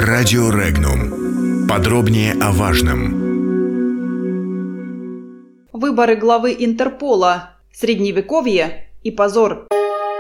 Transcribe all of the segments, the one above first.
Радио Регнум. Подробнее о важном. Выборы главы Интерпола. Средневековье и позор.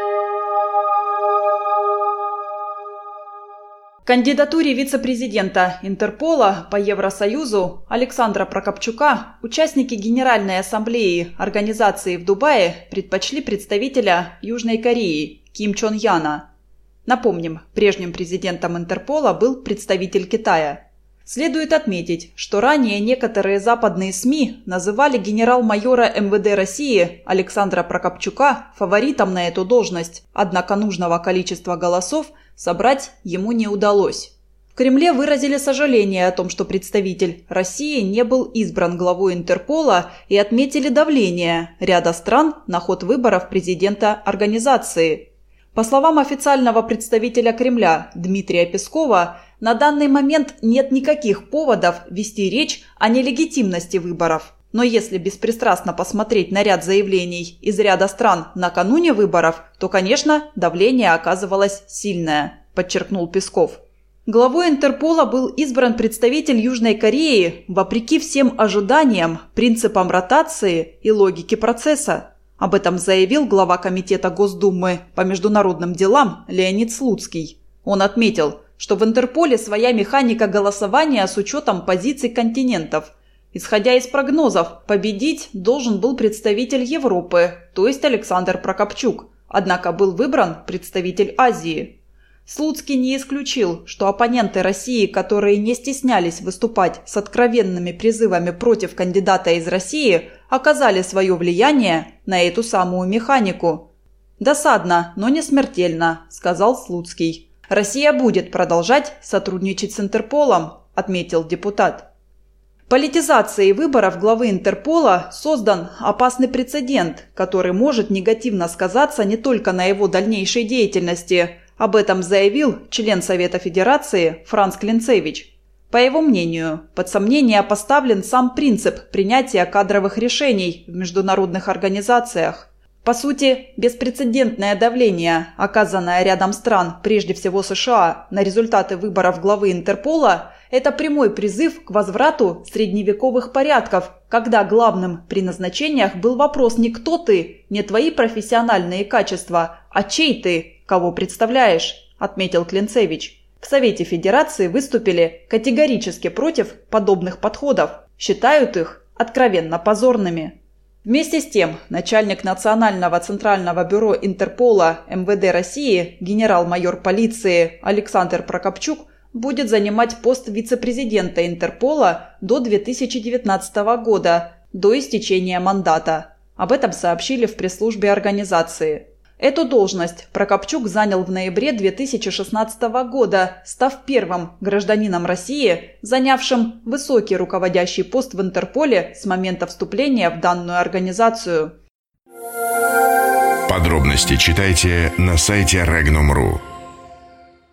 Кандидатуре вице-президента Интерпола по Евросоюзу Александра Прокопчука участники Генеральной ассамблеи организации в Дубае предпочли представителя Южной Кореи Ким Чон Яна. Напомним, прежним президентом Интерпола был представитель Китая. Следует отметить, что ранее некоторые западные СМИ называли генерал-майора МВД России Александра Прокопчука фаворитом на эту должность, однако нужного количества голосов собрать ему не удалось. В Кремле выразили сожаление о том, что представитель России не был избран главой Интерпола, и отметили давление ряда стран на ход выборов президента организации. По словам официального представителя Кремля Дмитрия Пескова, на данный момент нет никаких поводов вести речь о нелегитимности выборов. Но если беспристрастно посмотреть на ряд заявлений из ряда стран накануне выборов, то, конечно, давление оказывалось сильное, подчеркнул Песков. Главой Интерпола был избран представитель Южной Кореи вопреки всем ожиданиям, принципам ротации и логике процесса. Об этом заявил глава Комитета Госдумы по международным делам Леонид Слуцкий. Он отметил, что в Интерполе своя механика голосования с учетом позиций континентов. Исходя из прогнозов, победить должен был представитель Европы, то есть Александр Прокопчук, однако был выбран представитель Азии. Слуцкий не исключил, что оппоненты России, которые не стеснялись выступать с откровенными призывами против кандидата из России, оказали свое влияние на эту самую механику. «Досадно, но не смертельно», – сказал Слуцкий. «Россия будет продолжать сотрудничать с Интерполом», – отметил депутат. Политизацией выборов главы Интерпола создан опасный прецедент, который может негативно сказаться не только на его дальнейшей деятельности. Об этом заявил член Совета Федерации Франц Клинцевич. По его мнению, под сомнение поставлен сам принцип принятия кадровых решений в международных организациях. По сути, беспрецедентное давление, оказанное рядом стран, прежде всего США, на результаты выборов главы Интерпола, это прямой призыв к возврату средневековых порядков, когда главным при назначениях был вопрос не кто ты, не твои профессиональные качества, а чей ты, кого представляешь, отметил Клинцевич. В Совете Федерации выступили категорически против подобных подходов, считают их откровенно позорными. Вместе с тем, начальник Национального центрального бюро Интерпола МВД России генерал-майор полиции Александр Прокопчук будет занимать пост вице-президента Интерпола до 2019 года, до истечения мандата. Об этом сообщили в пресс-службе организации. Эту должность Прокопчук занял в ноябре 2016 года, став первым гражданином России, занявшим высокий руководящий пост в Интерполе с момента вступления в данную организацию. Подробности читайте на сайте Regnum.ru.